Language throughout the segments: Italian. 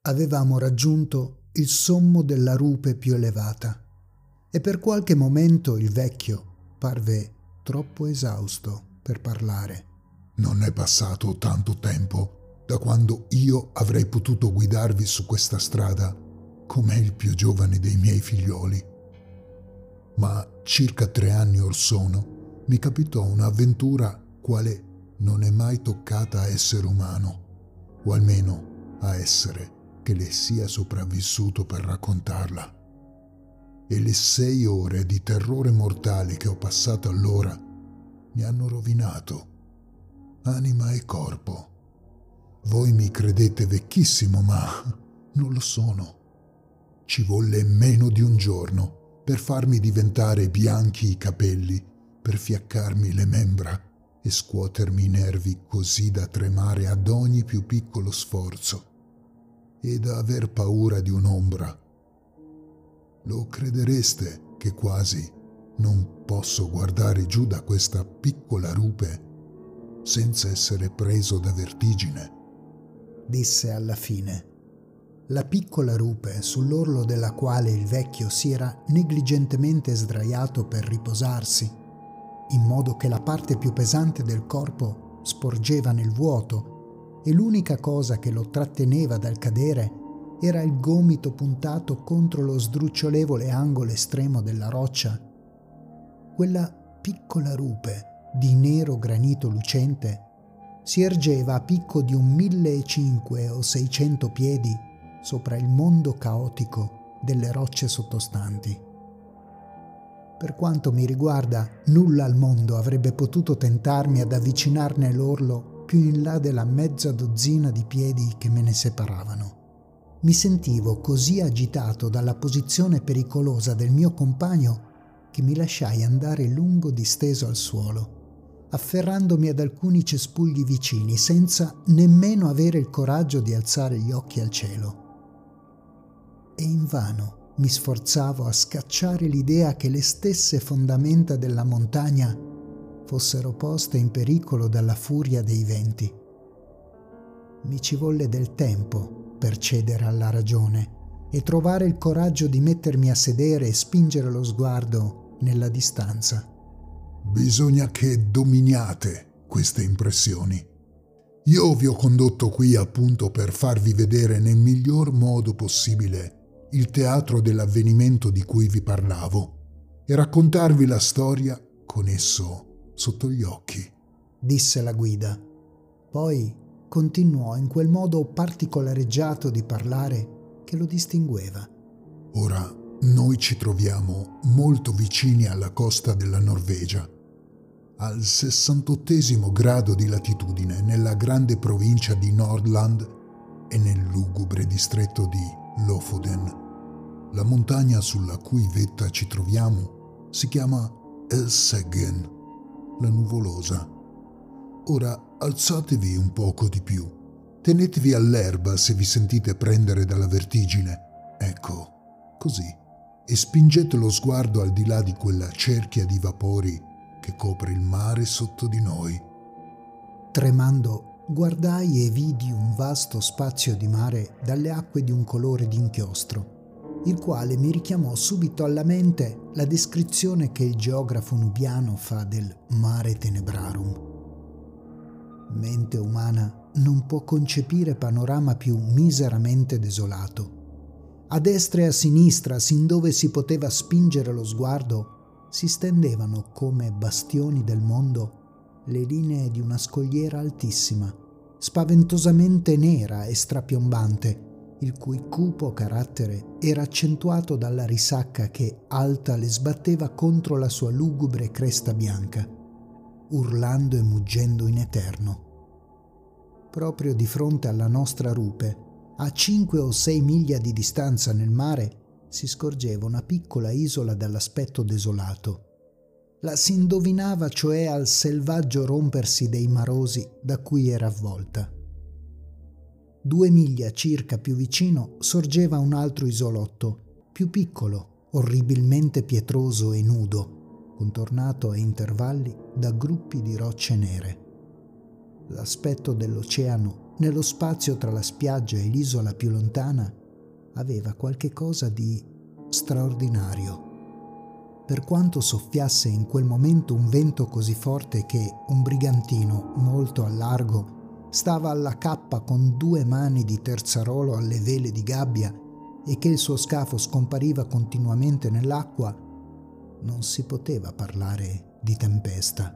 avevamo raggiunto il sommo della rupe più elevata e per qualche momento il vecchio parve troppo esausto per parlare. Non è passato tanto tempo da quando io avrei potuto guidarvi su questa strada come il più giovane dei miei figlioli. Ma circa 3 anni or sono mi capitò un'avventura quale non è mai toccata a essere umano, o almeno a essere che le sia sopravvissuto per raccontarla. E le 6 ore di terrore mortale che ho passato allora mi hanno rovinato anima e corpo. Voi mi credete vecchissimo, ma non lo sono. Ci volle meno di un giorno per farmi diventare bianchi i capelli, per fiaccarmi le membra e scuotermi i nervi così da tremare ad ogni più piccolo sforzo e da aver paura di un'ombra. Lo credereste che quasi non posso guardare giù da questa piccola rupe senza essere preso da vertigine? Disse alla fine. La piccola rupe sull'orlo della quale il vecchio si era negligentemente sdraiato per riposarsi, in modo che la parte più pesante del corpo sporgeva nel vuoto e l'unica cosa che lo tratteneva dal cadere era il gomito puntato contro lo sdrucciolevole angolo estremo della roccia. Quella piccola rupe di nero granito lucente si ergeva a picco di un 1500 o 600 piedi sopra il mondo caotico delle rocce sottostanti. Per quanto mi riguarda, nulla al mondo avrebbe potuto tentarmi ad avvicinarne l'orlo più in là della mezza dozzina di piedi che me ne separavano. Mi sentivo così agitato dalla posizione pericolosa del mio compagno che mi lasciai andare lungo disteso al suolo, afferrandomi ad alcuni cespugli vicini senza nemmeno avere il coraggio di alzare gli occhi al cielo. E invano mi sforzavo a scacciare l'idea che le stesse fondamenta della montagna fossero poste in pericolo dalla furia dei venti. Mi ci volle del tempo per cedere alla ragione e trovare il coraggio di mettermi a sedere e spingere lo sguardo nella distanza. Bisogna che dominiate queste impressioni. Io vi ho condotto qui appunto per farvi vedere nel miglior modo possibile il teatro dell'avvenimento di cui vi parlavo e raccontarvi la storia con esso sotto gli occhi, disse la guida. Poi continuò in quel modo particolareggiato di parlare che lo distingueva. Ora noi ci troviamo molto vicini alla costa della Norvegia, al 68° grado di latitudine nella grande provincia di Nordland e nel lugubre distretto di Lofoten. La montagna sulla cui vetta ci troviamo si chiama Elseggen, la nuvolosa. Ora alzatevi un poco di più, tenetevi all'erba se vi sentite prendere dalla vertigine, ecco, così, e spingete lo sguardo al di là di quella cerchia di vapori che copre il mare sotto di noi. Tremando, guardai e vidi un vasto spazio di mare dalle acque di un colore d'inchiostro, il quale mi richiamò subito alla mente la descrizione che il geografo nubiano fa del mare tenebrarum. Mente umana non può concepire panorama più miseramente desolato. A destra e a sinistra, sin dove si poteva spingere lo sguardo, si stendevano come bastioni del mondo le linee di una scogliera altissima, spaventosamente nera e strapiombante, il cui cupo carattere era accentuato dalla risacca che alta le sbatteva contro la sua lugubre cresta bianca, urlando e muggendo in eterno. Proprio di fronte alla nostra rupe, a 5 o 6 miglia di distanza nel mare, si scorgeva una piccola isola dall'aspetto desolato. La si indovinava cioè al selvaggio rompersi dei marosi da cui era avvolta. 2 miglia circa più vicino sorgeva un altro isolotto, più piccolo, orribilmente pietroso e nudo, contornato a intervalli da gruppi di rocce nere. L'aspetto dell'oceano nello spazio tra la spiaggia e l'isola più lontana, aveva qualche cosa di straordinario. Per quanto soffiasse in quel momento un vento così forte che un brigantino molto al largo stava alla cappa con 2 mani di terzarolo alle vele di gabbia e che il suo scafo scompariva continuamente nell'acqua, non si poteva parlare di tempesta.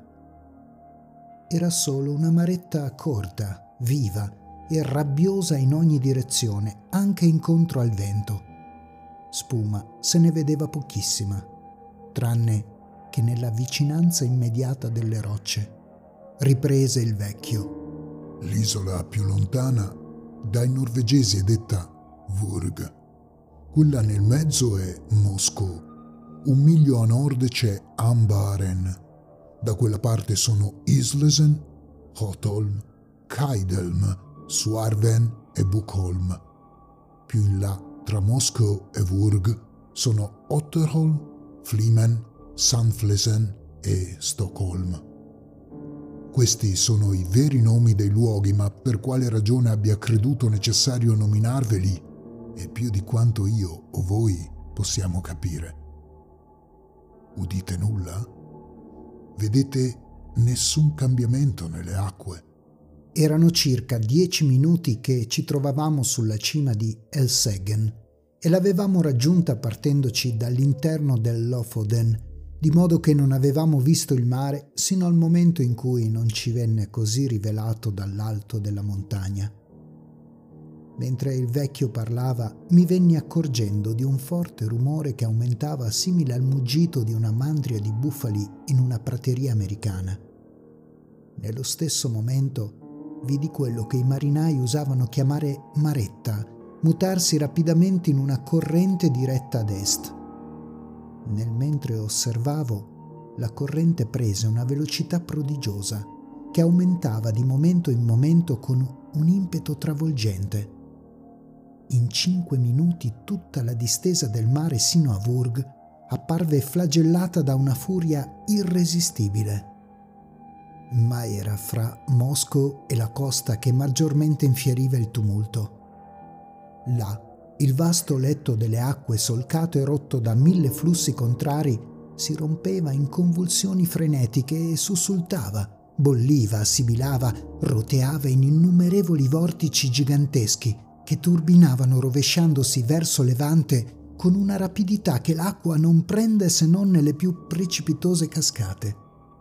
Era solo una maretta corta, viva e rabbiosa in ogni direzione, anche incontro al vento. Spuma se ne vedeva pochissima, tranne che nella vicinanza immediata delle rocce. Riprese il vecchio. L'isola più lontana dai norvegesi è detta Vurg. Quella nel mezzo è Moscou. 1 miglio a nord c'è Ambaren. Da quella parte sono Islesen, Hotholm, Kaidelm, Suarven e Bukholm. Più in là, tra Moscou e Vurg, sono Otterholm, Flimen, Sandflesen e Stockholm. Questi sono i veri nomi dei luoghi, ma per quale ragione abbia creduto necessario nominarveli è più di quanto io o voi possiamo capire. Udite nulla? Vedete nessun cambiamento nelle acque? Erano circa 10 minuti che ci trovavamo sulla cima di Elseggen e l'avevamo raggiunta partendoci dall'interno del Lofoten, di modo che non avevamo visto il mare sino al momento in cui non ci venne così rivelato dall'alto della montagna. Mentre il vecchio parlava, mi venni accorgendo di un forte rumore che aumentava simile al muggito di una mandria di bufali in una prateria americana. Nello stesso momento vidi quello che i marinai usavano chiamare maretta, mutarsi rapidamente in una corrente diretta ad est. Nel mentre osservavo, la corrente prese una velocità prodigiosa che aumentava di momento in momento con un impeto travolgente. In 5 minuti tutta la distesa del mare sino a Vurg apparve flagellata da una furia irresistibile. Ma era fra Moscou e la costa che maggiormente infieriva il tumulto. Là, il vasto letto delle acque, solcato e rotto da 1000 flussi contrari, si rompeva in convulsioni frenetiche e sussultava, bolliva, sibilava, roteava in innumerevoli vortici giganteschi che turbinavano rovesciandosi verso levante con una rapidità che l'acqua non prende se non nelle più precipitose cascate.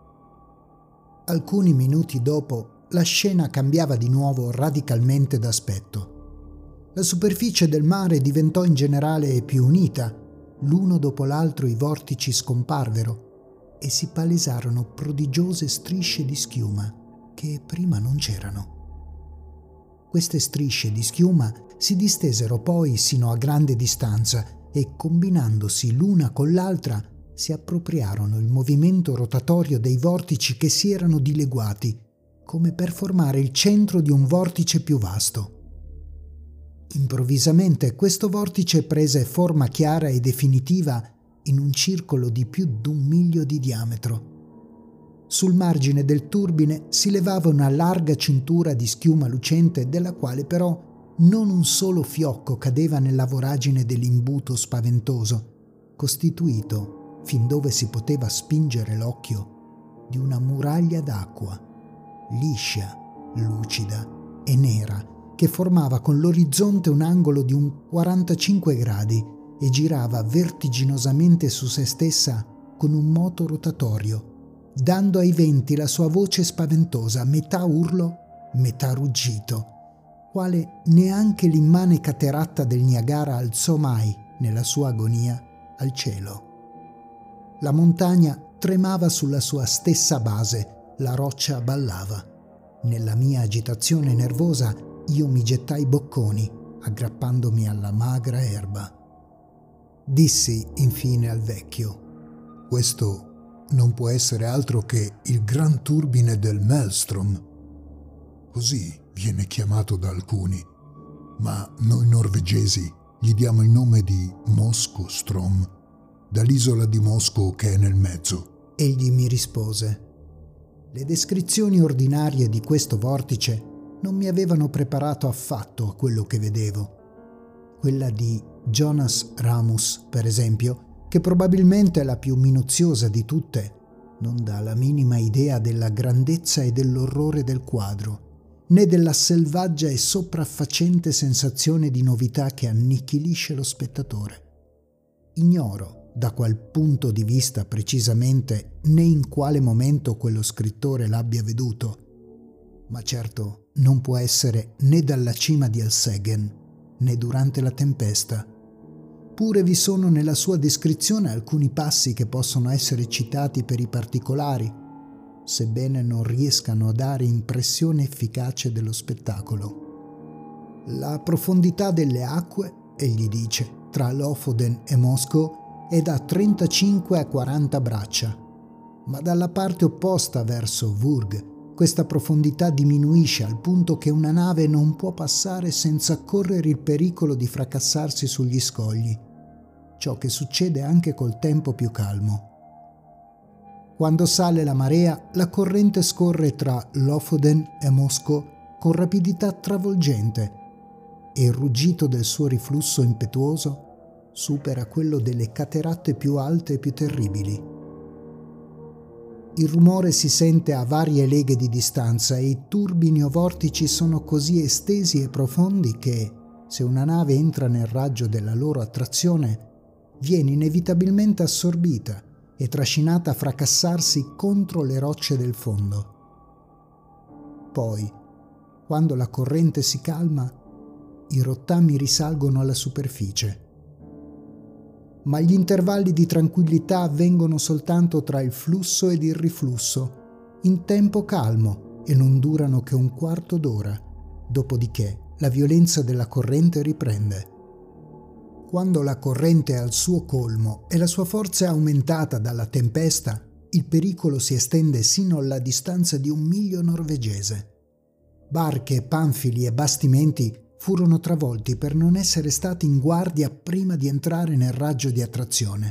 Alcuni minuti dopo, la scena cambiava di nuovo radicalmente d'aspetto. La superficie del mare diventò in generale più unita, l'uno dopo l'altro i vortici scomparvero e si palesarono prodigiose strisce di schiuma che prima non c'erano. Queste strisce di schiuma si distesero poi sino a grande distanza e, combinandosi l'una con l'altra, si appropriarono il movimento rotatorio dei vortici che si erano dileguati, come per formare il centro di un vortice più vasto. Improvvisamente questo vortice prese forma chiara e definitiva in un circolo di più d'1 miglio di diametro. Sul margine del turbine si levava una larga cintura di schiuma lucente della quale però non un solo fiocco cadeva nella voragine dell'imbuto spaventoso, costituito, fin dove si poteva spingere l'occhio, di una muraglia d'acqua, liscia, lucida e nera, che formava con l'orizzonte un angolo di un 45 gradi e girava vertiginosamente su se stessa con un moto rotatorio, dando ai venti la sua voce spaventosa, metà urlo, metà ruggito, quale neanche l'immane cateratta del Niagara alzò mai, nella sua agonia, al cielo. La montagna tremava sulla sua stessa base, la roccia ballava. Nella mia agitazione nervosa io mi gettai bocconi, aggrappandomi alla magra erba. Dissi infine al vecchio: questo non può essere altro che il gran turbine del Maelstrom. Così viene chiamato da alcuni, ma noi norvegesi gli diamo il nome di Moskostrom, dall'isola di Mosco che è nel mezzo. Egli mi rispose: le descrizioni ordinarie di questo vortice non mi avevano preparato affatto a quello che vedevo. Quella di Jonas Ramus, per esempio, che probabilmente è la più minuziosa di tutte, non dà la minima idea della grandezza e dell'orrore del quadro, né della selvaggia e sopraffacente sensazione di novità che annichilisce lo spettatore. Ignoro da qual punto di vista precisamente né in quale momento quello scrittore l'abbia veduto, ma certo non può essere né dalla cima di El Segen né durante la tempesta. Pure vi sono nella sua descrizione alcuni passi che possono essere citati per i particolari, sebbene non riescano a dare impressione efficace dello spettacolo. La profondità delle acque, egli dice, tra Lofoden e Mosco è da 35 a 40 braccia, ma dalla parte opposta verso Vurg questa profondità diminuisce al punto che una nave non può passare senza correre il pericolo di fracassarsi sugli scogli, ciò che succede anche col tempo più calmo. Quando sale la marea, la corrente scorre tra Lofoden e Mosco con rapidità travolgente e il ruggito del suo riflusso impetuoso supera quello delle cateratte più alte e più terribili. Il rumore si sente a varie leghe di distanza e i turbini o vortici sono così estesi e profondi che, se una nave entra nel raggio della loro attrazione, viene inevitabilmente assorbita e trascinata a fracassarsi contro le rocce del fondo. Poi, quando la corrente si calma, i rottami risalgono alla superficie. Ma gli intervalli di tranquillità avvengono soltanto tra il flusso ed il riflusso, in tempo calmo, e non durano che un quarto d'ora, dopodiché la violenza della corrente riprende. Quando la corrente è al suo colmo e la sua forza è aumentata dalla tempesta, il pericolo si estende sino alla distanza di 1 miglio norvegese. Barche, panfili e bastimenti furono travolti per non essere stati in guardia prima di entrare nel raggio di attrazione.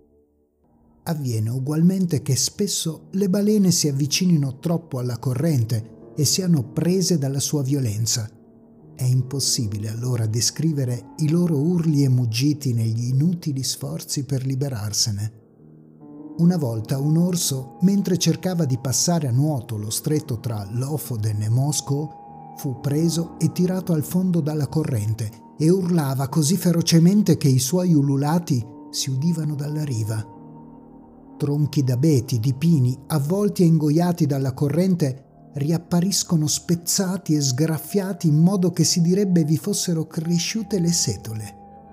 Avviene ugualmente che spesso le balene si avvicinino troppo alla corrente e siano prese dalla sua violenza. È impossibile allora descrivere i loro urli e muggiti negli inutili sforzi per liberarsene. Una volta un orso, mentre cercava di passare a nuoto lo stretto tra Lofoden e Mosco, fu preso e tirato al fondo dalla corrente e urlava così ferocemente che i suoi ululati si udivano dalla riva. Tronchi d'abeti, di pini, avvolti e ingoiati dalla corrente, riappariscono spezzati e sgraffiati in modo che si direbbe vi fossero cresciute le setole.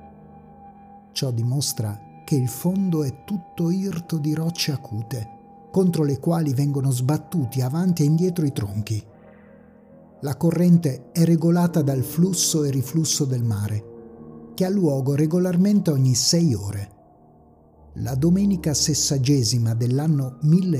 Ciò dimostra che il fondo è tutto irto di rocce acute, contro le quali vengono sbattuti avanti e indietro i tronchi. La corrente è regolata dal flusso e riflusso del mare, che ha luogo regolarmente ogni 6 ore. La domenica 60ª dell'anno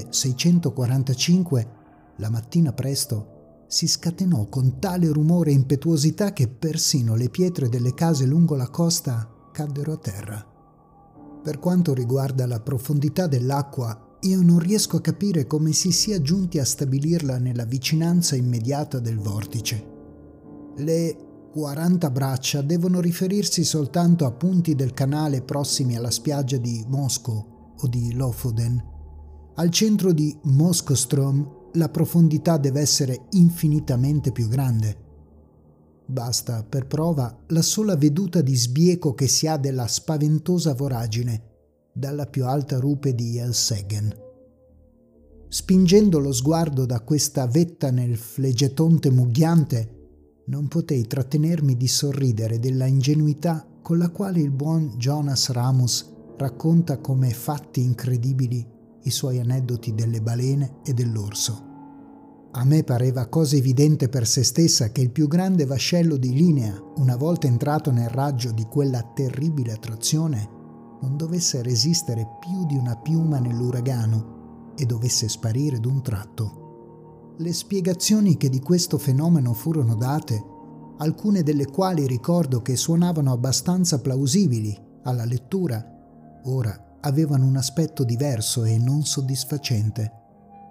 1645, la mattina presto, si scatenò con tale rumore e impetuosità che persino le pietre delle case lungo la costa caddero a terra. Per quanto riguarda la profondità dell'acqua, io non riesco a capire come si sia giunti a stabilirla nella vicinanza immediata del vortice. Le 40 braccia devono riferirsi soltanto a punti del canale prossimi alla spiaggia di Mosco o di Lofoden. Al centro di Moskostrom la profondità deve essere infinitamente più grande. Basta, per prova, la sola veduta di sbieco che si ha della spaventosa voragine dalla più alta rupe di El Segen. Spingendo lo sguardo da questa vetta nel fleggetonte mugghiante, non potei trattenermi di sorridere della ingenuità con la quale il buon Jonas Ramus racconta come fatti incredibili i suoi aneddoti delle balene e dell'orso. A me pareva cosa evidente per se stessa che il più grande vascello di linea, una volta entrato nel raggio di quella terribile attrazione, non dovesse resistere più di una piuma nell'uragano e dovesse sparire d'un tratto. Le spiegazioni che di questo fenomeno furono date, alcune delle quali ricordo che suonavano abbastanza plausibili alla lettura, ora avevano un aspetto diverso e non soddisfacente.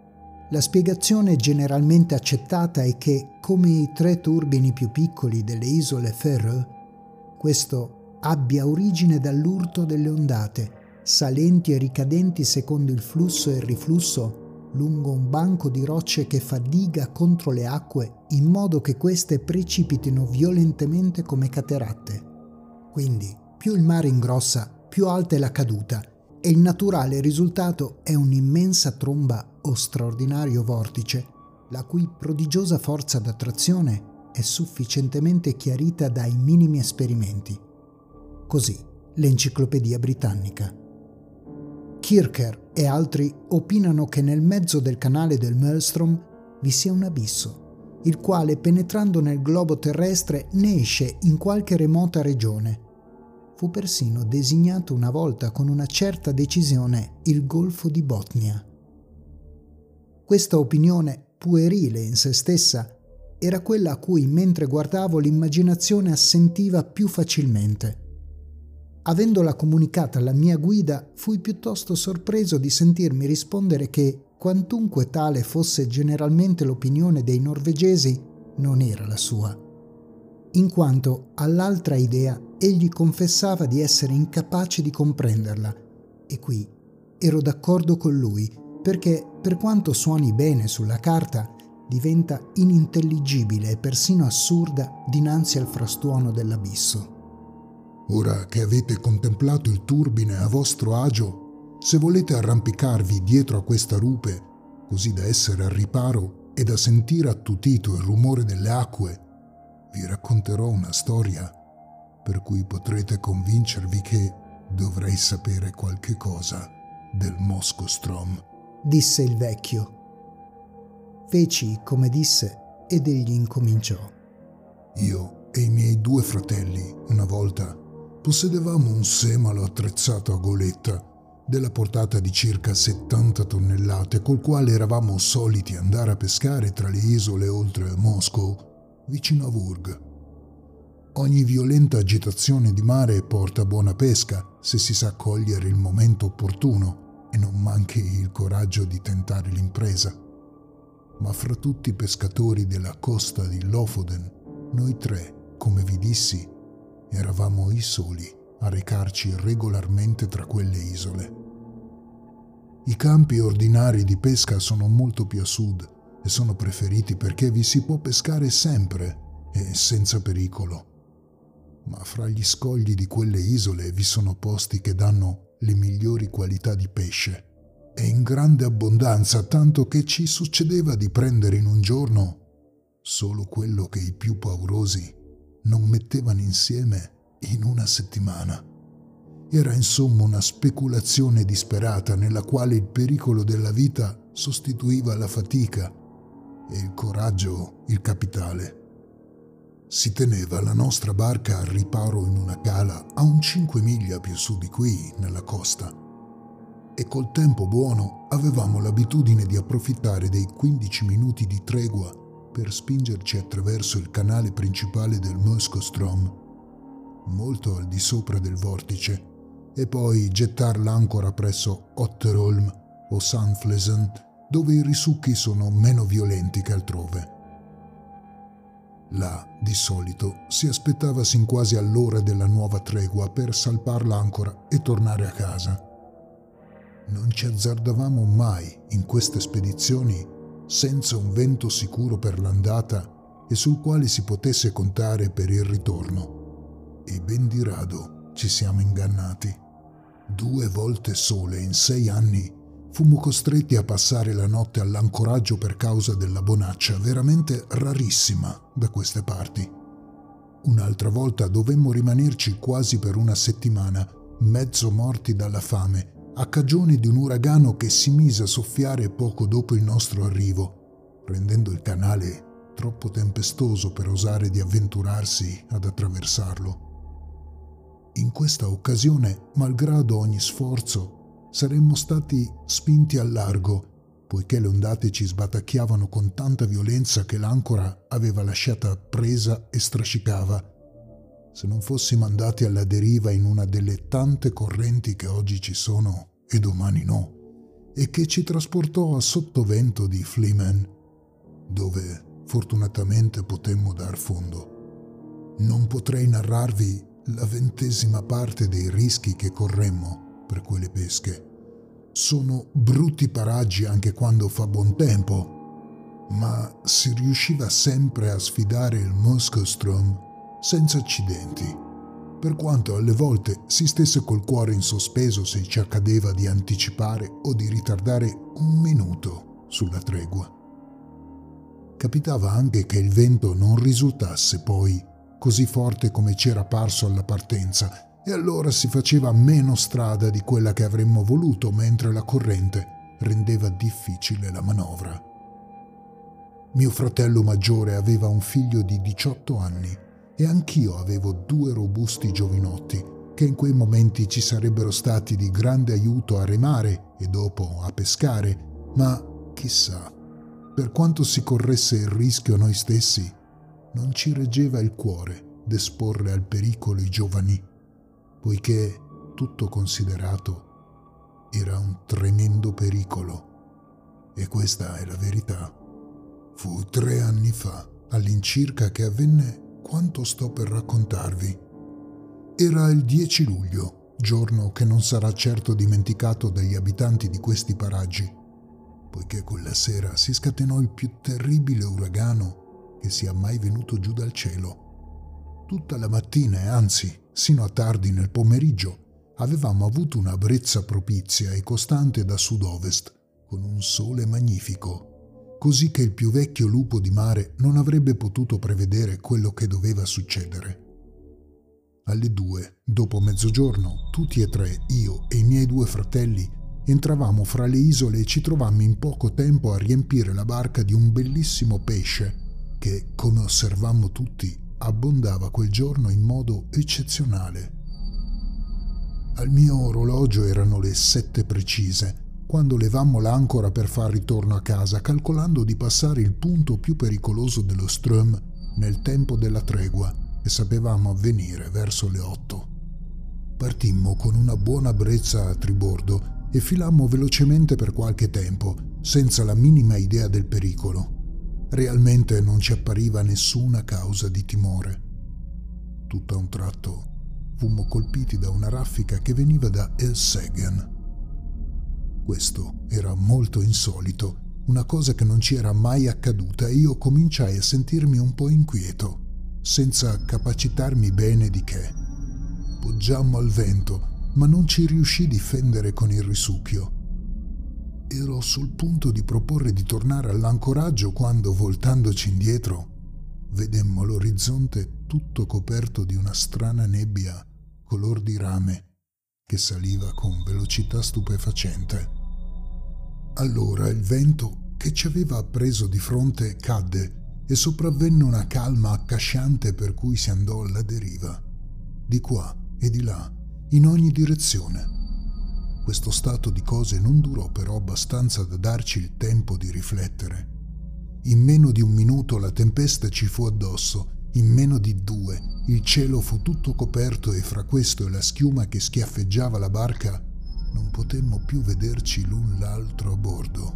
La spiegazione generalmente accettata è che, come i 3 turbini più piccoli delle isole Faroe, questo abbia origine dall'urto delle ondate, salenti e ricadenti secondo il flusso e il riflusso lungo un banco di rocce che fa diga contro le acque in modo che queste precipitino violentemente come cateratte. Quindi, più il mare ingrossa, più alta è la caduta, e il naturale risultato è un'immensa tromba o straordinario vortice, la cui prodigiosa forza d'attrazione è sufficientemente chiarita dai minimi esperimenti. Così l'Enciclopedia Britannica. Kircher e altri opinano che nel mezzo del canale del Maelstrom vi sia un abisso, il quale, penetrando nel globo terrestre, ne esce in qualche remota regione. Fu persino designato una volta con una certa decisione il Golfo di Botnia. Questa opinione, puerile in se stessa, era quella a cui, mentre guardavo, l'immaginazione assentiva più facilmente. Avendola comunicata alla mia guida, fui piuttosto sorpreso di sentirmi rispondere che, quantunque tale fosse generalmente l'opinione dei norvegesi, non era la sua. In quanto all'altra idea egli confessava di essere incapace di comprenderla, e qui ero d'accordo con lui, perché, per quanto suoni bene sulla carta, diventa inintelligibile e persino assurda dinanzi al frastuono dell'abisso. Ora che avete contemplato il turbine a vostro agio, se volete arrampicarvi dietro a questa rupe, così da essere al riparo e da sentire attutito il rumore delle acque, vi racconterò una storia per cui potrete convincervi che dovrei sapere qualche cosa del Moskostrom, disse il vecchio. Feci come disse ed egli incominciò. Io e i miei 2 fratelli, una volta, possedevamo un semalo attrezzato a goletta della portata di circa 70 tonnellate col quale eravamo soliti andare a pescare tra le isole oltre Moscow, vicino a Vurg. Ogni violenta agitazione di mare porta buona pesca se si sa cogliere il momento opportuno e non manchi il coraggio di tentare l'impresa. Ma fra tutti i pescatori della costa di Lofoten, noi 3, come vi dissi, eravamo i soli a recarci regolarmente tra quelle isole. I campi ordinari di pesca sono molto più a sud e sono preferiti perché vi si può pescare sempre e senza pericolo. Ma fra gli scogli di quelle isole vi sono posti che danno le migliori qualità di pesce e in grande abbondanza, tanto che ci succedeva di prendere in un giorno solo quello che i più paurosi non mettevano insieme in una settimana. Era insomma una speculazione disperata nella quale il pericolo della vita sostituiva la fatica e il coraggio il capitale. Si teneva la nostra barca al riparo in una cala a un 5 miglia più su di qui, nella costa, e col tempo buono avevamo l'abitudine di approfittare dei 15 minuti di tregua per spingerci attraverso il canale principale del Moskostrom, molto al di sopra del vortice, e poi gettar l'ancora presso Otterholm o Sandflesen, dove i risucchi sono meno violenti che altrove. Là, di solito, si aspettava sin quasi all'ora della nuova tregua per salpar l'ancora e tornare a casa. Non ci azzardavamo mai in queste spedizioni senza un vento sicuro per l'andata e sul quale si potesse contare per il ritorno. E ben di rado ci siamo ingannati. 2 volte sole in 6 anni fummo costretti a passare la notte all'ancoraggio per causa della bonaccia, veramente rarissima da queste parti. Un'altra volta dovemmo rimanerci quasi per una settimana, mezzo morti dalla fame, a cagione di un uragano che si mise a soffiare poco dopo il nostro arrivo, rendendo il canale troppo tempestoso per osare di avventurarsi ad attraversarlo. In questa occasione, malgrado ogni sforzo, saremmo stati spinti al largo, poiché le ondate ci sbatacchiavano con tanta violenza che l'ancora aveva lasciata presa e strascicava, se non fossimo andati alla deriva in una delle tante correnti che oggi ci sono e domani no, e che ci trasportò a sottovento di Flimen, dove fortunatamente potemmo dar fondo. Non potrei narrarvi la 20ª parte dei rischi che corremmo per quelle pesche. Sono brutti paraggi anche quando fa buon tempo, ma si riusciva sempre a sfidare il Muskelström senza accidenti, per quanto alle volte si stesse col cuore in sospeso se ci accadeva di anticipare o di ritardare un minuto sulla tregua. Capitava anche che il vento non risultasse poi così forte come c'era parso alla partenza, e allora si faceva meno strada di quella che avremmo voluto, mentre la corrente rendeva difficile la manovra. Mio fratello maggiore aveva un figlio di 18 anni e anch'io avevo 2 robusti giovinotti che in quei momenti ci sarebbero stati di grande aiuto a remare e dopo a pescare, ma chissà, per quanto si corresse il rischio noi stessi, non ci reggeva il cuore d'esporre al pericolo i giovani, poiché, tutto considerato, era un tremendo pericolo. E questa è la verità. Fu 3 anni fa, all'incirca, che avvenne quanto sto per raccontarvi. Era il 10 luglio, giorno che non sarà certo dimenticato dagli abitanti di questi paraggi, poiché quella sera si scatenò il più terribile uragano che sia mai venuto giù dal cielo. Tutta la mattina e anzi, sino a tardi nel pomeriggio, avevamo avuto una brezza propizia e costante da sud-ovest, con un sole magnifico, così che il più vecchio lupo di mare non avrebbe potuto prevedere quello che doveva succedere. Alle 2, dopo mezzogiorno, tutti e 3, io e i miei 2 fratelli, entravamo fra le isole e ci trovammo in poco tempo a riempire la barca di un bellissimo pesce che, come osservammo tutti, abbondava quel giorno in modo eccezionale. Al mio orologio erano le 7 precise, quando levammo l'ancora per far ritorno a casa, calcolando di passare il punto più pericoloso dello Ström nel tempo della tregua, che sapevamo avvenire verso le 8. Partimmo con una buona brezza a tribordo e filammo velocemente per qualche tempo, senza la minima idea del pericolo. Realmente non ci appariva nessuna causa di timore. Tutto a un tratto fummo colpiti da una raffica che veniva da Elseggen. Questo era molto insolito, una cosa che non ci era mai accaduta, e io cominciai a sentirmi un po' inquieto, senza capacitarmi bene di che. Poggiammo al vento, ma non ci riuscì di fendere con il risucchio. Ero sul punto di proporre di tornare all'ancoraggio quando, voltandoci indietro, vedemmo l'orizzonte tutto coperto di una strana nebbia color di rame che saliva con velocità stupefacente. Allora il vento che ci aveva preso di fronte cadde e sopravvenne una calma accasciante, per cui si andò alla deriva, di qua e di là, in ogni direzione. Questo stato di cose non durò però abbastanza da darci il tempo di riflettere. In meno di un minuto la tempesta ci fu addosso, in meno di 2 il cielo fu tutto coperto e fra questo e la schiuma che schiaffeggiava la barca non potemmo più vederci l'un l'altro a bordo.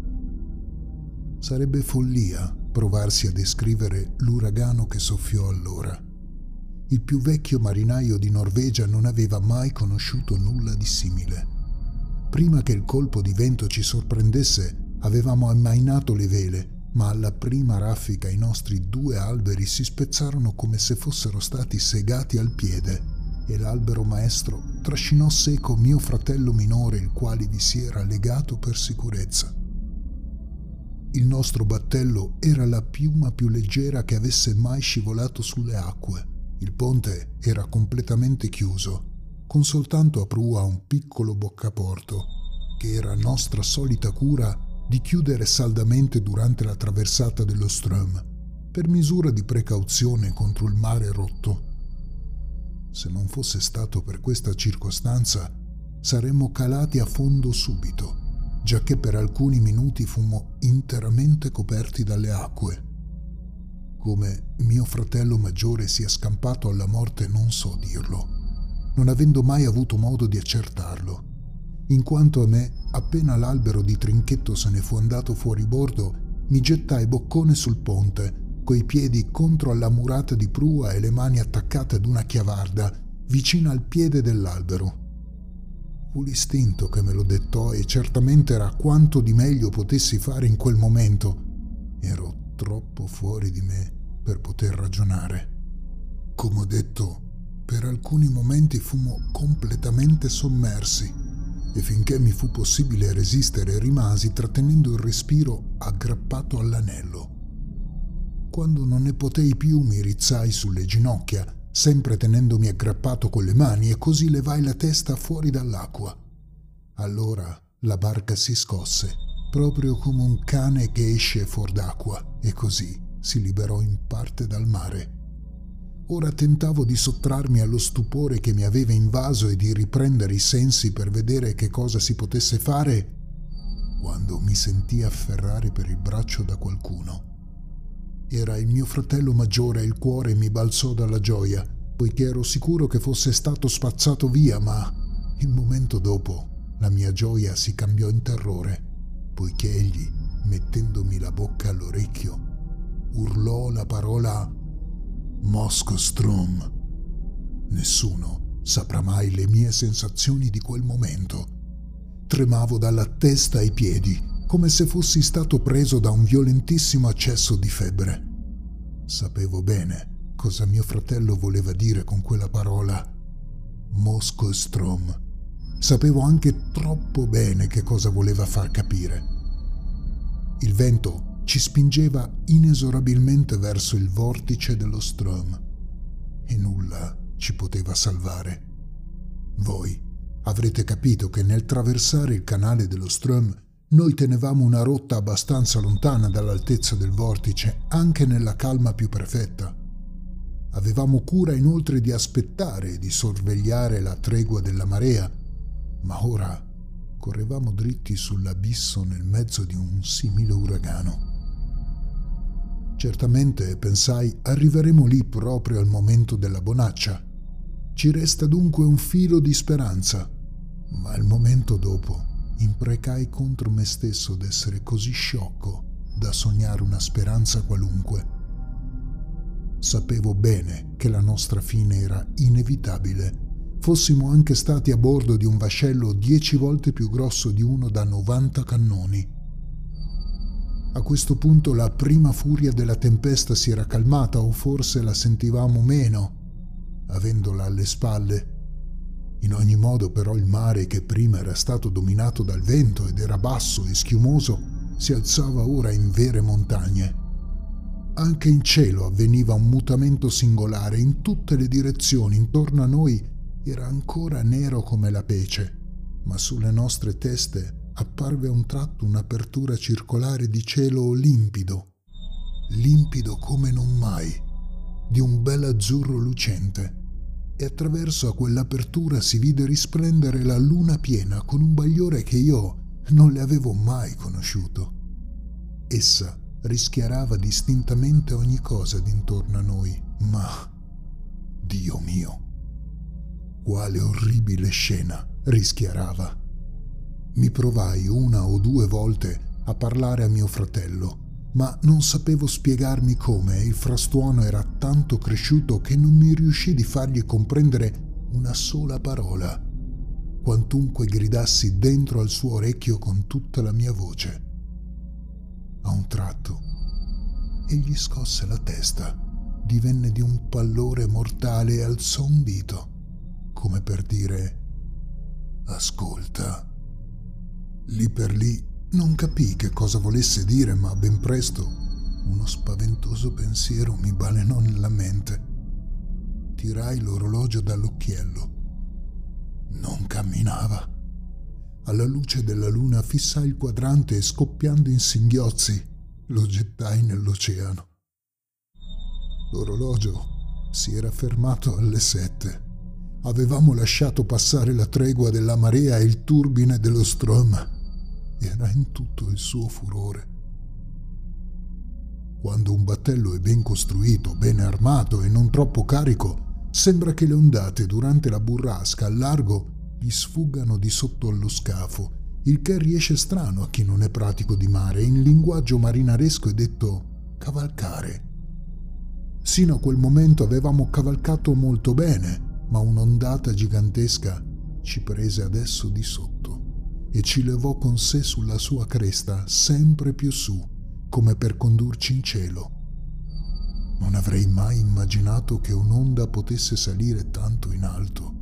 Sarebbe follia provarsi a descrivere l'uragano che soffiò allora. Il più vecchio marinaio di Norvegia non aveva mai conosciuto nulla di simile. Prima che il colpo di vento ci sorprendesse, avevamo ammainato le vele, ma alla prima raffica i nostri 2 alberi si spezzarono come se fossero stati segati al piede e l'albero maestro trascinò seco mio fratello minore, il quale vi si era legato per sicurezza. Il nostro battello era la piuma più leggera che avesse mai scivolato sulle acque. Il ponte era completamente chiuso, con soltanto a prua un piccolo boccaporto, che era nostra solita cura di chiudere saldamente durante la traversata dello Ström, per misura di precauzione contro il mare rotto. Se non fosse stato per questa circostanza, saremmo calati a fondo subito, giacché per alcuni minuti fummo interamente coperti dalle acque. Come mio fratello maggiore sia scampato alla morte non so dirlo, non avendo mai avuto modo di accertarlo. In quanto a me, appena l'albero di Trinchetto se ne fu andato fuori bordo, mi gettai boccone sul ponte, coi piedi contro alla murata di prua e le mani attaccate ad una chiavarda, vicino al piede dell'albero. Fu l'istinto che me lo dettò e certamente era quanto di meglio potessi fare in quel momento. Ero troppo fuori di me per poter ragionare. Come ho detto, per alcuni momenti fummo completamente sommersi e finché mi fu possibile resistere rimasi trattenendo il respiro aggrappato all'anello. Quando non ne potei più mi rizzai sulle ginocchia, sempre tenendomi aggrappato con le mani, e così levai la testa fuori dall'acqua. Allora la barca si scosse, proprio come un cane che esce fuor d'acqua, e così si liberò in parte dal mare. Ora tentavo di sottrarmi allo stupore che mi aveva invaso e di riprendere i sensi per vedere che cosa si potesse fare, quando mi sentii afferrare per il braccio da qualcuno. Era il mio fratello maggiore e il cuore mi balzò dalla gioia, poiché ero sicuro che fosse stato spazzato via, ma il momento dopo la mia gioia si cambiò in terrore, poiché egli, mettendomi la bocca all'orecchio, urlò la parola Moskostrom. Nessuno saprà mai le mie sensazioni di quel momento. Tremavo dalla testa ai piedi, come se fossi stato preso da un violentissimo accesso di febbre. Sapevo bene cosa mio fratello voleva dire con quella parola Moskostrom. Sapevo anche troppo bene che cosa voleva far capire. Il vento ci spingeva inesorabilmente verso il vortice dello Ström e nulla ci poteva salvare. Voi avrete capito che nel traversare il canale dello Ström noi tenevamo una rotta abbastanza lontana dall'altezza del vortice, anche nella calma più perfetta. Avevamo cura inoltre di aspettare e di sorvegliare la tregua della marea, ma ora correvamo dritti sull'abisso nel mezzo di un simile uragano. Certamente, pensai, arriveremo lì proprio al momento della bonaccia. Ci resta dunque un filo di speranza, ma il momento dopo imprecai contro me stesso d'essere così sciocco da sognare una speranza qualunque. Sapevo bene che la nostra fine era inevitabile. Fossimo anche stati a bordo di un vascello 10 volte più grosso di uno da 90 cannoni. A questo punto la prima furia della tempesta si era calmata, o forse la sentivamo meno, avendola alle spalle. In ogni modo però il mare, che prima era stato dominato dal vento ed era basso e schiumoso, si alzava ora in vere montagne. Anche in cielo avveniva un mutamento singolare. In tutte le direzioni intorno a noi era ancora nero come la pece, ma sulle nostre teste apparve a un tratto un'apertura circolare di cielo limpido, limpido come non mai, di un bel azzurro lucente, e attraverso a quell'apertura si vide risplendere la luna piena con un bagliore che io non le avevo mai conosciuto. Essa rischiarava distintamente ogni cosa d'intorno a noi, ma, Dio mio, quale orribile scena rischiarava! Mi provai 1 o 2 volte a parlare a mio fratello, ma non sapevo spiegarmi come, e il frastuono era tanto cresciuto che non mi riuscì di fargli comprendere una sola parola, quantunque gridassi dentro al suo orecchio con tutta la mia voce. A un tratto egli scosse la testa, divenne di un pallore mortale e alzò un dito, come per dire «Ascolta». Lì per lì non capii che cosa volesse dire, ma ben presto uno spaventoso pensiero mi balenò nella mente. Tirai l'orologio dall'occhiello. Non camminava. Alla luce della luna fissai il quadrante e, scoppiando in singhiozzi, lo gettai nell'oceano. L'orologio si era fermato alle 7. Avevamo lasciato passare la tregua della marea e il turbine dello Ström era in tutto il suo furore. Quando un battello è ben costruito, bene armato e non troppo carico, sembra che le ondate durante la burrasca al largo gli sfuggano di sotto allo scafo, il che riesce strano a chi non è pratico di mare. In linguaggio marinaresco è detto cavalcare. Sino a quel momento avevamo cavalcato molto bene, ma un'ondata gigantesca ci prese adesso di sotto e ci levò con sé sulla sua cresta, sempre più su, come per condurci in cielo. Non avrei mai immaginato che un'onda potesse salire tanto in alto.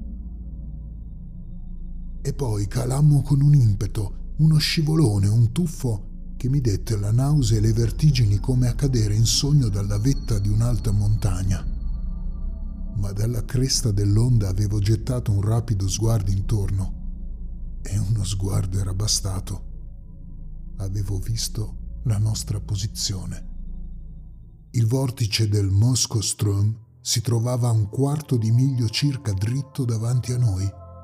E poi calammo con un impeto, uno scivolone, un tuffo che mi dette la nausea e le vertigini come a cadere in sogno dalla vetta di un'alta montagna. Ma dalla cresta dell'onda avevo gettato un rapido sguardo intorno e uno sguardo era bastato. Avevo visto la nostra posizione. Il vortice del Moskoström si trovava a 1/4 di miglio circa dritto davanti a noi,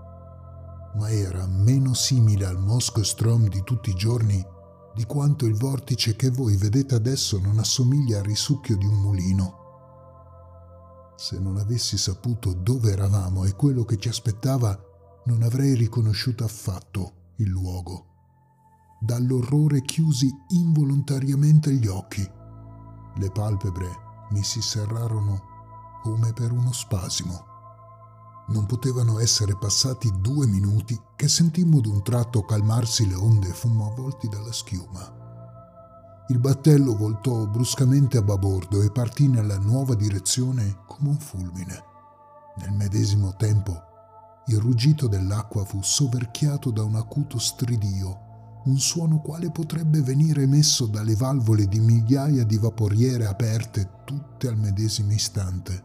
ma era meno simile al Moskoström di tutti i giorni di quanto il vortice che voi vedete adesso non assomiglia al risucchio di un mulino. Se non avessi saputo dove eravamo e quello che ci aspettava, non avrei riconosciuto affatto il luogo. Dall'orrore chiusi involontariamente gli occhi. Le palpebre mi si serrarono come per uno spasimo. Non potevano essere passati 2 minuti che sentimmo d'un tratto calmarsi le onde e fummo avvolti dalla schiuma. Il battello voltò bruscamente a babordo e partì nella nuova direzione come un fulmine. Nel medesimo tempo, il ruggito dell'acqua fu soverchiato da un acuto stridio, un suono quale potrebbe venire emesso dalle valvole di migliaia di vaporiere aperte tutte al medesimo istante.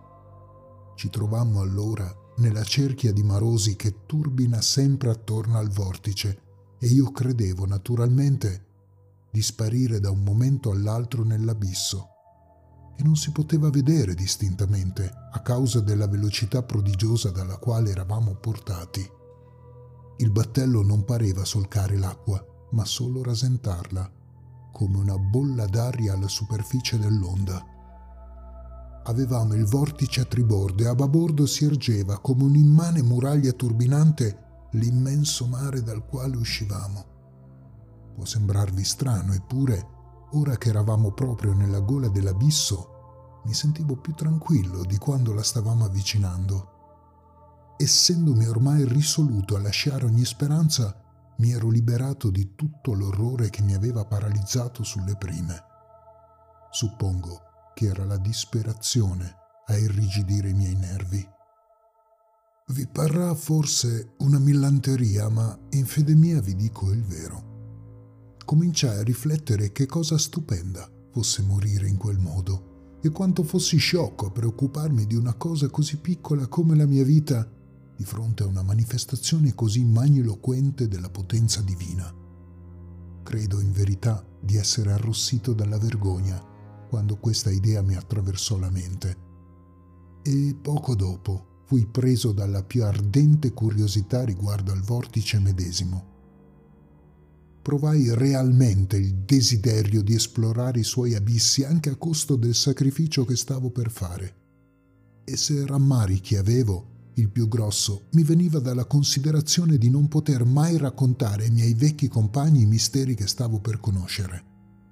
Ci trovammo allora nella cerchia di marosi che turbina sempre attorno al vortice e io credevo naturalmente di sparire da un momento all'altro nell'abisso, che non si poteva vedere distintamente a causa della velocità prodigiosa dalla quale eravamo portati. Il battello non pareva solcare l'acqua, ma solo rasentarla, come una bolla d'aria alla superficie dell'onda. Avevamo il vortice a tribordo e a babordo si ergeva come un'immane muraglia turbinante l'immenso mare dal quale uscivamo. Può sembrarvi strano, eppure, ora che eravamo proprio nella gola dell'abisso, mi sentivo più tranquillo di quando la stavamo avvicinando. Essendomi ormai risoluto a lasciare ogni speranza, mi ero liberato di tutto l'orrore che mi aveva paralizzato sulle prime. Suppongo che era la disperazione a irrigidire i miei nervi. Vi parrà forse una millanteria, ma in fede mia vi dico il vero. Cominciai a riflettere che cosa stupenda fosse morire in quel modo e quanto fossi sciocco a preoccuparmi di una cosa così piccola come la mia vita di fronte a una manifestazione così magniloquente della potenza divina. Credo in verità di essere arrossito dalla vergogna quando questa idea mi attraversò la mente e poco dopo fui preso dalla più ardente curiosità riguardo al vortice medesimo. Provai realmente il desiderio di esplorare i suoi abissi anche a costo del sacrificio che stavo per fare. E se rammarichi avevo, il più grosso mi veniva dalla considerazione di non poter mai raccontare ai miei vecchi compagni i misteri che stavo per conoscere.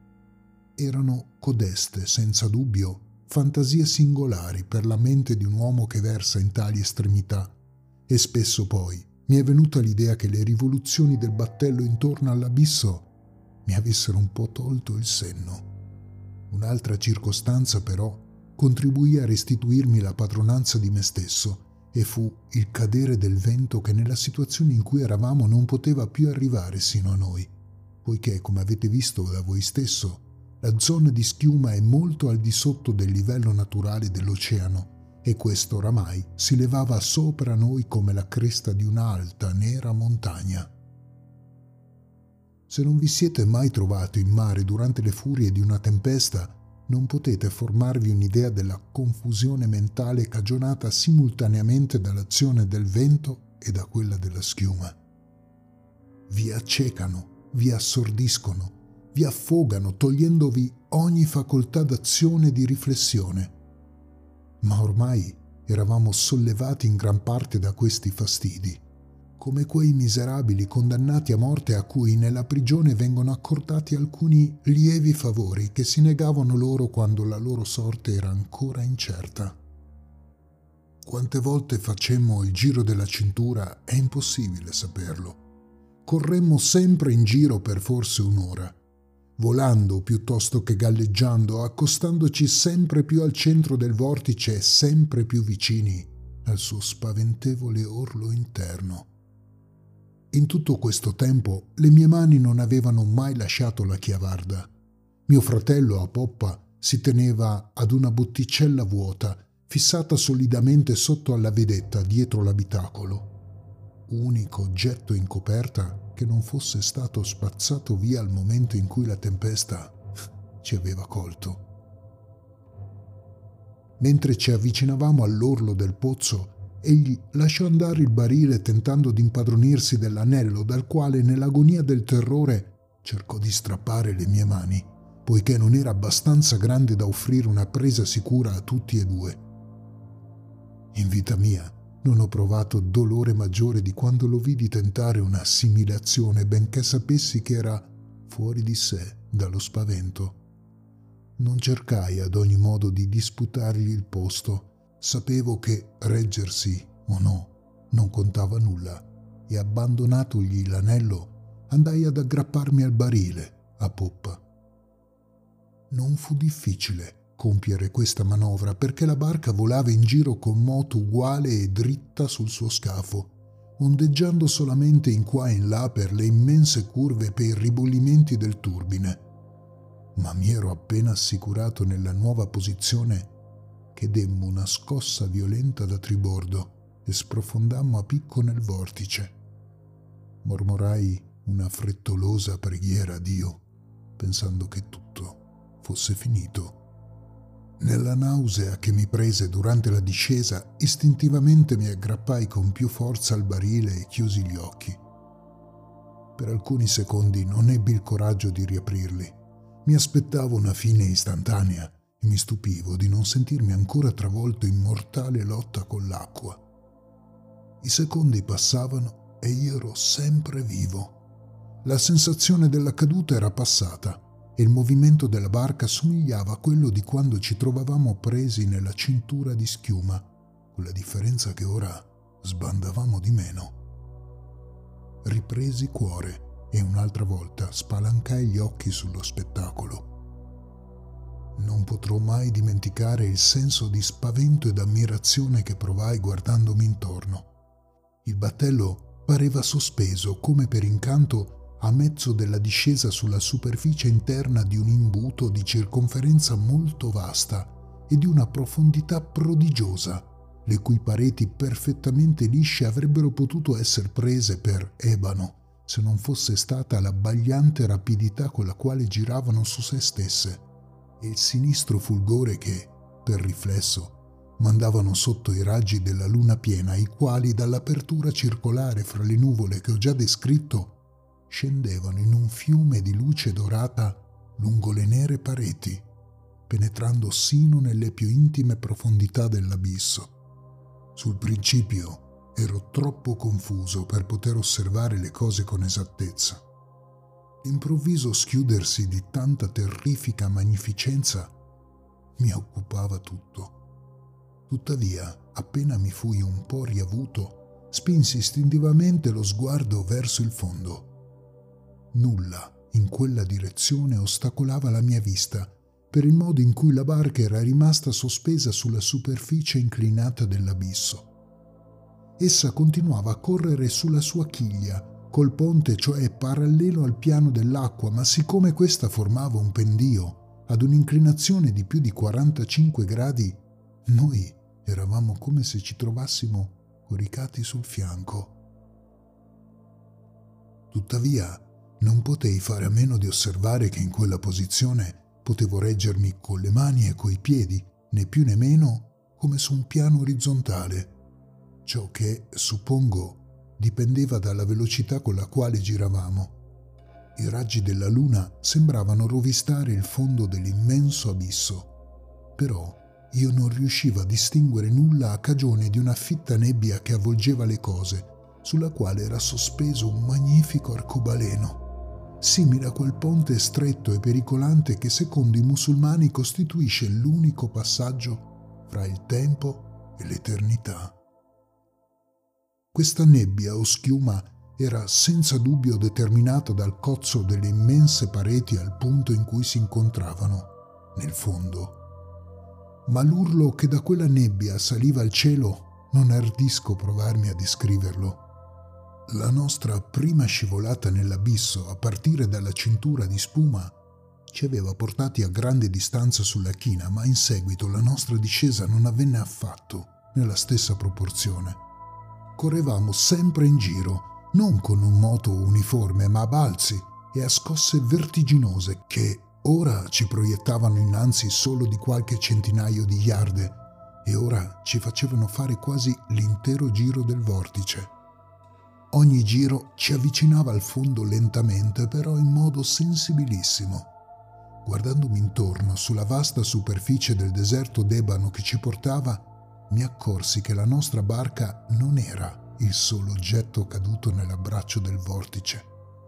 Erano codeste, senza dubbio, fantasie singolari per la mente di un uomo che versa in tali estremità, e spesso poi mi è venuta l'idea che le rivoluzioni del battello intorno all'abisso mi avessero un po' tolto il senno. Un'altra circostanza, però, contribuì a restituirmi la padronanza di me stesso, e fu il cadere del vento che nella situazione in cui eravamo non poteva più arrivare sino a noi, poiché, come avete visto da voi stesso, la zona di schiuma è molto al di sotto del livello naturale dell'oceano, e questo oramai si levava sopra noi come la cresta di un'alta, nera montagna. Se non vi siete mai trovati in mare durante le furie di una tempesta, non potete formarvi un'idea della confusione mentale cagionata simultaneamente dall'azione del vento e da quella della schiuma. Vi accecano, vi assordiscono, vi affogano, togliendovi ogni facoltà d'azione e di riflessione. Ma ormai eravamo sollevati in gran parte da questi fastidi. come quei miserabili condannati a morte a cui nella prigione vengono accordati alcuni lievi favori che si negavano loro quando la loro sorte era ancora incerta. Quante volte facemmo il giro della cintura è impossibile saperlo. Corremmo sempre in giro per forse un'ora, volando piuttosto che galleggiando, accostandoci sempre più al centro del vortice e sempre più vicini al suo spaventevole orlo interno. In tutto questo tempo le mie mani non avevano mai lasciato la chiavarda. Mio fratello a poppa si teneva ad una botticella vuota, fissata solidamente sotto alla vedetta dietro l'abitacolo. Unico oggetto in coperta che non fosse stato spazzato via al momento in cui la tempesta ci aveva colto. Mentre ci avvicinavamo all'orlo del pozzo, egli lasciò andare il barile tentando di impadronirsi dell'anello dal quale nell'agonia del terrore cercò di strappare le mie mani, poiché non era abbastanza grande da offrire una presa sicura a tutti e due. In vita mia non ho provato dolore maggiore di quando lo vidi tentare una simile-azione, benché sapessi che era fuori di sé dallo spavento. Non cercai ad ogni modo di disputargli il posto. Sapevo che reggersi o no non contava nulla e abbandonatogli l'anello andai ad aggrapparmi al barile a poppa. Non fu difficile compiere questa manovra perché la barca volava in giro con moto uguale e dritta sul suo scafo, ondeggiando solamente in qua e in là per le immense curve e per i ribollimenti del turbine. Ma mi ero appena assicurato nella nuova posizione che demmo una scossa violenta da tribordo e sprofondammo a picco nel vortice. Mormorai una frettolosa preghiera a Dio, pensando che tutto fosse finito. Nella nausea che mi prese durante la discesa, istintivamente mi aggrappai con più forza al barile e chiusi gli occhi. Per alcuni secondi non ebbi il coraggio di riaprirli. Mi aspettavo una fine istantanea e mi stupivo di non sentirmi ancora travolto in mortale lotta con l'acqua. I secondi passavano e io ero sempre vivo. La sensazione della caduta era passata e il movimento della barca somigliava a quello di quando ci trovavamo presi nella cintura di schiuma, con la differenza che ora sbandavamo di meno. Ripresi cuore e un'altra volta spalancai gli occhi sullo spettacolo. Non potrò mai dimenticare il senso di spavento ed ammirazione che provai guardandomi intorno. Il battello pareva sospeso, come per incanto, a mezzo della discesa sulla superficie interna di un imbuto di circonferenza molto vasta e di una profondità prodigiosa, le cui pareti perfettamente lisce avrebbero potuto essere prese per ebano se non fosse stata l'abbagliante rapidità con la quale giravano su se stesse e il sinistro fulgore che, per riflesso, mandavano sotto i raggi della luna piena, i quali dall'apertura circolare fra le nuvole che ho già descritto scendevano in un fiume di luce dorata lungo le nere pareti, penetrando sino nelle più intime profondità dell'abisso. Sul principio ero troppo confuso per poter osservare le cose con esattezza. L'improvviso schiudersi di tanta terrifica magnificenza mi occupava tutto. Tuttavia, appena mi fui un po' riavuto, spinsi istintivamente lo sguardo verso il fondo. Nulla in quella direzione ostacolava la mia vista per il modo in cui la barca era rimasta sospesa sulla superficie inclinata dell'abisso. Essa continuava a correre sulla sua chiglia, col ponte cioè parallelo al piano dell'acqua, ma siccome questa formava un pendio ad un'inclinazione di più di 45 gradi, noi eravamo come se ci trovassimo coricati sul fianco. Tuttavia, non potei fare a meno di osservare che in quella posizione potevo reggermi con le mani e coi piedi, né più né meno, come su un piano orizzontale, ciò che, suppongo, dipendeva dalla velocità con la quale giravamo. I raggi della luna sembravano rovistare il fondo dell'immenso abisso, però io non riuscivo a distinguere nulla a cagione di una fitta nebbia che avvolgeva le cose sulla quale era sospeso un magnifico arcobaleno, simile a quel ponte stretto e pericolante che secondo i musulmani costituisce l'unico passaggio fra il tempo e l'eternità. Questa nebbia o schiuma era senza dubbio determinata dal cozzo delle immense pareti al punto in cui si incontravano, nel fondo. Ma l'urlo che da quella nebbia saliva al cielo non ardisco provarmi a descriverlo. La nostra prima scivolata nell'abisso, a partire dalla cintura di spuma, ci aveva portati a grande distanza sulla china, ma in seguito la nostra discesa non avvenne affatto nella stessa proporzione. Correvamo sempre in giro, non con un moto uniforme, ma a balzi e a scosse vertiginose che ora ci proiettavano innanzi solo di qualche centinaio di yarde e ora ci facevano fare quasi l'intero giro del vortice. Ogni giro ci avvicinava al fondo lentamente, però in modo sensibilissimo. Guardandomi intorno sulla vasta superficie del deserto d'ebano che ci portava, mi accorsi che la nostra barca non era il solo oggetto caduto nell'abbraccio del vortice.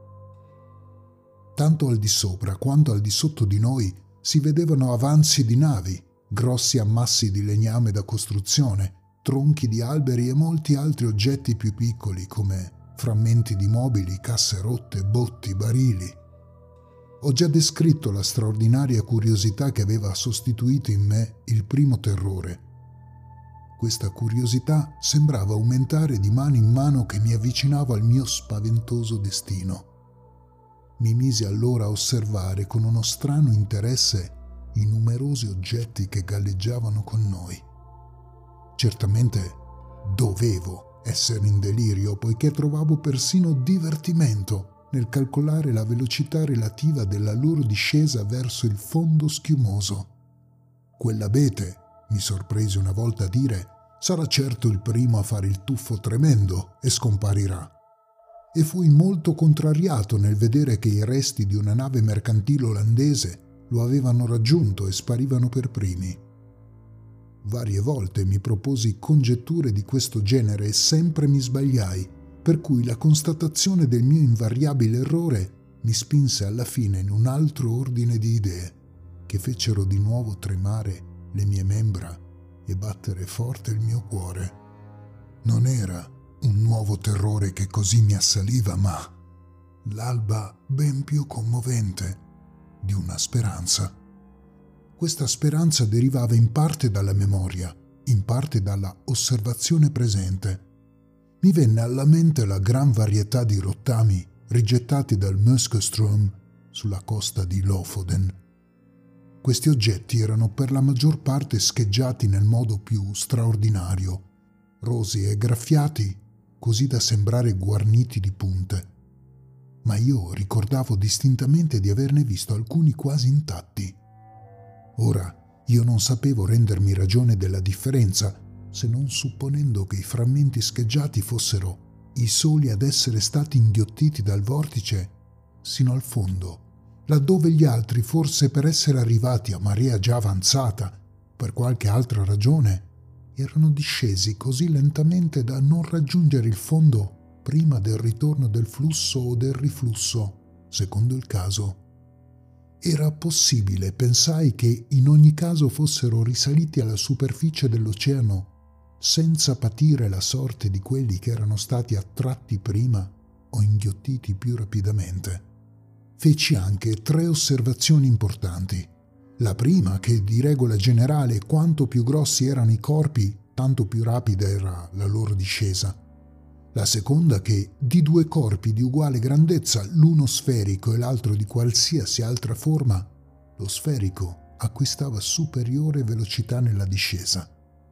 Tanto al di sopra quanto al di sotto di noi si vedevano avanzi di navi, grossi ammassi di legname da costruzione, tronchi di alberi e molti altri oggetti più piccoli come frammenti di mobili, casse rotte, botti, barili. Ho già descritto la straordinaria curiosità che aveva sostituito in me il primo terrore. Questa curiosità sembrava aumentare di mano in mano che mi avvicinavo al mio spaventoso destino. Mi misi allora a osservare con uno strano interesse i numerosi oggetti che galleggiavano con noi. Certamente dovevo essere in delirio, poiché trovavo persino divertimento nel calcolare la velocità relativa della loro discesa verso il fondo schiumoso. Quell'abete, mi sorpresi una volta a dire, sarà certo il primo a fare il tuffo tremendo e scomparirà. E fui molto contrariato nel vedere che i resti di una nave mercantile olandese lo avevano raggiunto e sparivano per primi. Varie volte mi proposi congetture di questo genere e sempre mi sbagliai, per cui la constatazione del mio invariabile errore mi spinse alla fine in un altro ordine di idee, che fecero di nuovo tremare le mie membra e battere forte il mio cuore. Non era un nuovo terrore che così mi assaliva, ma l'alba ben più commovente di una speranza. Questa speranza derivava in parte dalla memoria, in parte dalla osservazione presente. Mi venne alla mente la gran varietà di rottami rigettati dal Muskelström sulla costa di Lofoten. Questi oggetti erano per la maggior parte scheggiati nel modo più straordinario, rosi e graffiati così da sembrare guarniti di punte. Ma io ricordavo distintamente di averne visto alcuni quasi intatti. Ora io non sapevo rendermi ragione della differenza, se non supponendo che i frammenti scheggiati fossero i soli ad essere stati inghiottiti dal vortice sino al fondo, laddove gli altri, forse per essere arrivati a marea già avanzata, per qualche altra ragione, erano discesi così lentamente da non raggiungere il fondo prima del ritorno del flusso o del riflusso, secondo il caso. Era possibile, pensai, che in ogni caso fossero risaliti alla superficie dell'oceano senza patire la sorte di quelli che erano stati attratti prima o inghiottiti più rapidamente. Feci anche 3 osservazioni importanti. La prima, che di regola generale quanto più grossi erano i corpi, tanto più rapida era la loro discesa. La seconda, che di 2 corpi di uguale grandezza, l'uno sferico e l'altro di qualsiasi altra forma, lo sferico acquistava superiore velocità nella discesa.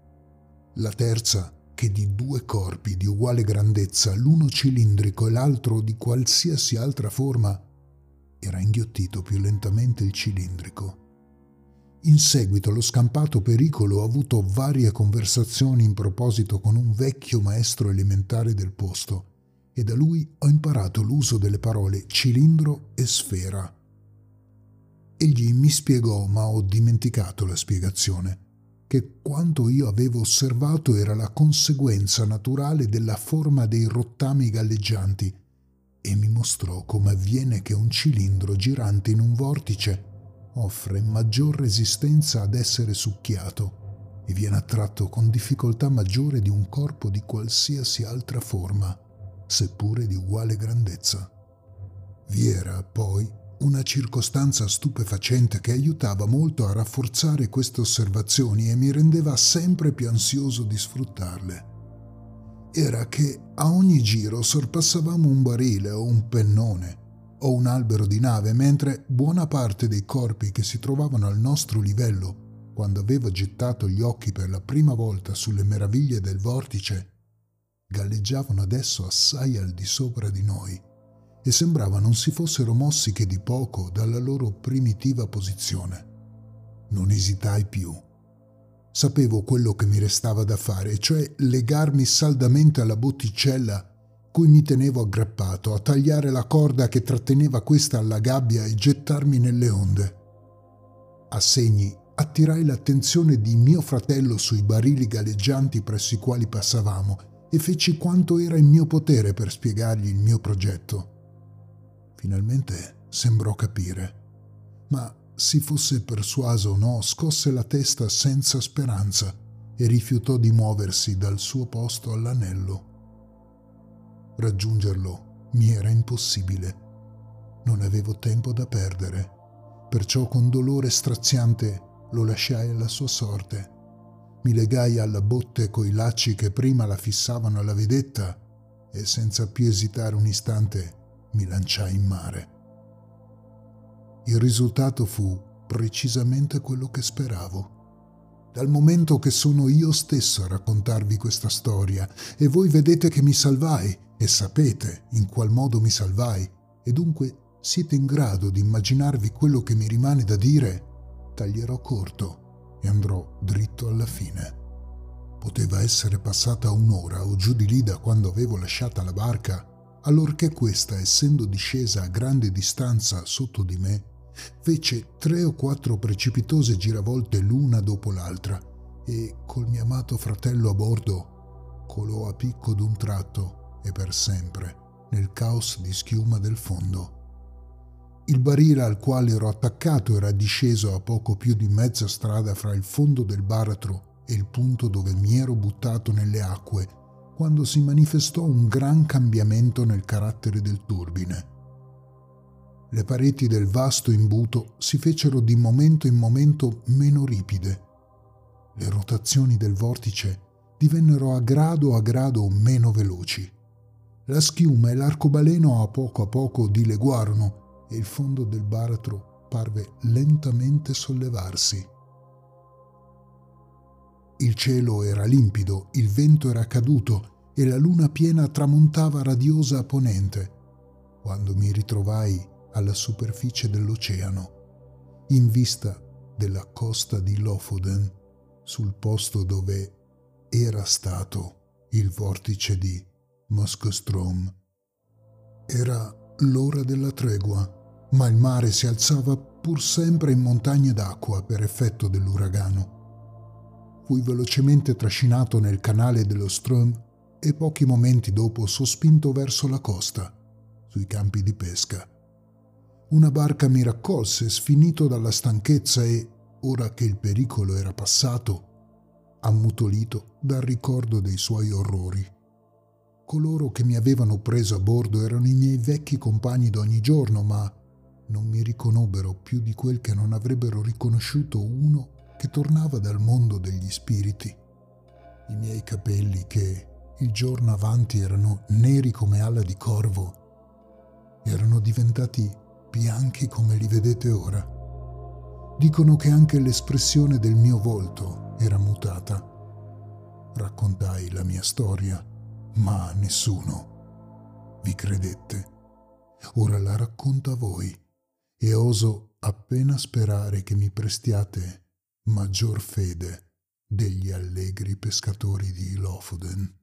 La terza, che di 2 corpi di uguale grandezza, l'uno cilindrico e l'altro di qualsiasi altra forma, era inghiottito più lentamente il cilindrico. In seguito allo scampato pericolo ho avuto varie conversazioni in proposito con un vecchio maestro elementare del posto e da lui ho imparato l'uso delle parole cilindro e sfera. Egli mi spiegò, ma ho dimenticato la spiegazione. che quanto io avevo osservato era la conseguenza naturale della forma dei rottami galleggianti e mi mostrò come avviene che un cilindro girante in un vortice offre maggior resistenza ad essere succhiato e viene attratto con difficoltà maggiore di un corpo di qualsiasi altra forma, seppure di uguale grandezza. Vi era poi una circostanza stupefacente che aiutava molto a rafforzare queste osservazioni e mi rendeva sempre più ansioso di sfruttarle. Era che a ogni giro sorpassavamo un barile o un pennone o un albero di nave, mentre buona parte dei corpi che si trovavano al nostro livello, quando avevo gettato gli occhi per la prima volta sulle meraviglie del vortice, galleggiavano adesso assai al di sopra di noi e sembrava non si fossero mossi che di poco dalla loro primitiva posizione. Non esitai più. Sapevo quello che mi restava da fare, cioè legarmi saldamente alla botticella cui mi tenevo aggrappato, a tagliare la corda che tratteneva questa alla gabbia e gettarmi nelle onde. A segni attirai l'attenzione di mio fratello sui barili galleggianti presso i quali passavamo e feci quanto era in mio potere per spiegargli il mio progetto. Finalmente sembrò capire, ma si fosse persuaso o no, scosse la testa senza speranza e rifiutò di muoversi dal suo posto all'anello. Raggiungerlo mi era impossibile. Non avevo tempo da perdere, perciò con dolore straziante lo lasciai alla sua sorte. Mi legai alla botte coi lacci che prima la fissavano alla vedetta e senza più esitare un istante mi lanciai in mare. Il risultato fu precisamente quello che speravo. Dal momento che sono io stesso a raccontarvi questa storia e voi vedete che mi salvai e sapete in qual modo mi salvai e dunque siete in grado di immaginarvi quello che mi rimane da dire, taglierò corto e andrò dritto alla fine. Poteva essere passata un'ora o giù di lì da quando avevo lasciata la barca, allorché questa, essendo discesa a grande distanza sotto di me, fece 3 o 4 precipitose giravolte l'una dopo l'altra e, col mio amato fratello a bordo, colò a picco d'un tratto e per sempre nel caos di schiuma del fondo. Il barile al quale ero attaccato era disceso a poco più di mezza strada fra il fondo del baratro e il punto dove mi ero buttato nelle acque, quando si manifestò un gran cambiamento nel carattere del turbine. Le pareti del vasto imbuto si fecero di momento in momento meno ripide. Le rotazioni del vortice divennero a grado meno veloci. La schiuma e l'arcobaleno a poco dileguarono e il fondo del baratro parve lentamente sollevarsi. Il cielo era limpido, il vento era caduto e la luna piena tramontava radiosa a ponente, quando mi ritrovai alla superficie dell'oceano, in vista della costa di Lofoden, sul posto dove era stato il vortice di Moskostrom. Era l'ora della tregua, ma il mare si alzava pur sempre in montagne d'acqua per effetto dell'uragano. Fui velocemente trascinato nel canale dello Ström e pochi momenti dopo sospinto verso la costa, sui campi di pesca. Una barca mi raccolse, sfinito dalla stanchezza e, ora che il pericolo era passato, ammutolito dal ricordo dei suoi orrori. Coloro che mi avevano preso a bordo erano i miei vecchi compagni d'ogni giorno, ma non mi riconobbero più di quel che non avrebbero riconosciuto uno che tornava dal mondo degli spiriti. I miei capelli, che il giorno avanti erano neri come ala di corvo, erano diventati bianchi come li vedete ora. Dicono che anche l'espressione del mio volto era mutata. Raccontai la mia storia, ma nessuno vi credette. Ora la racconto a voi e oso appena sperare che mi prestiate maggior fede degli allegri pescatori di Lofoden.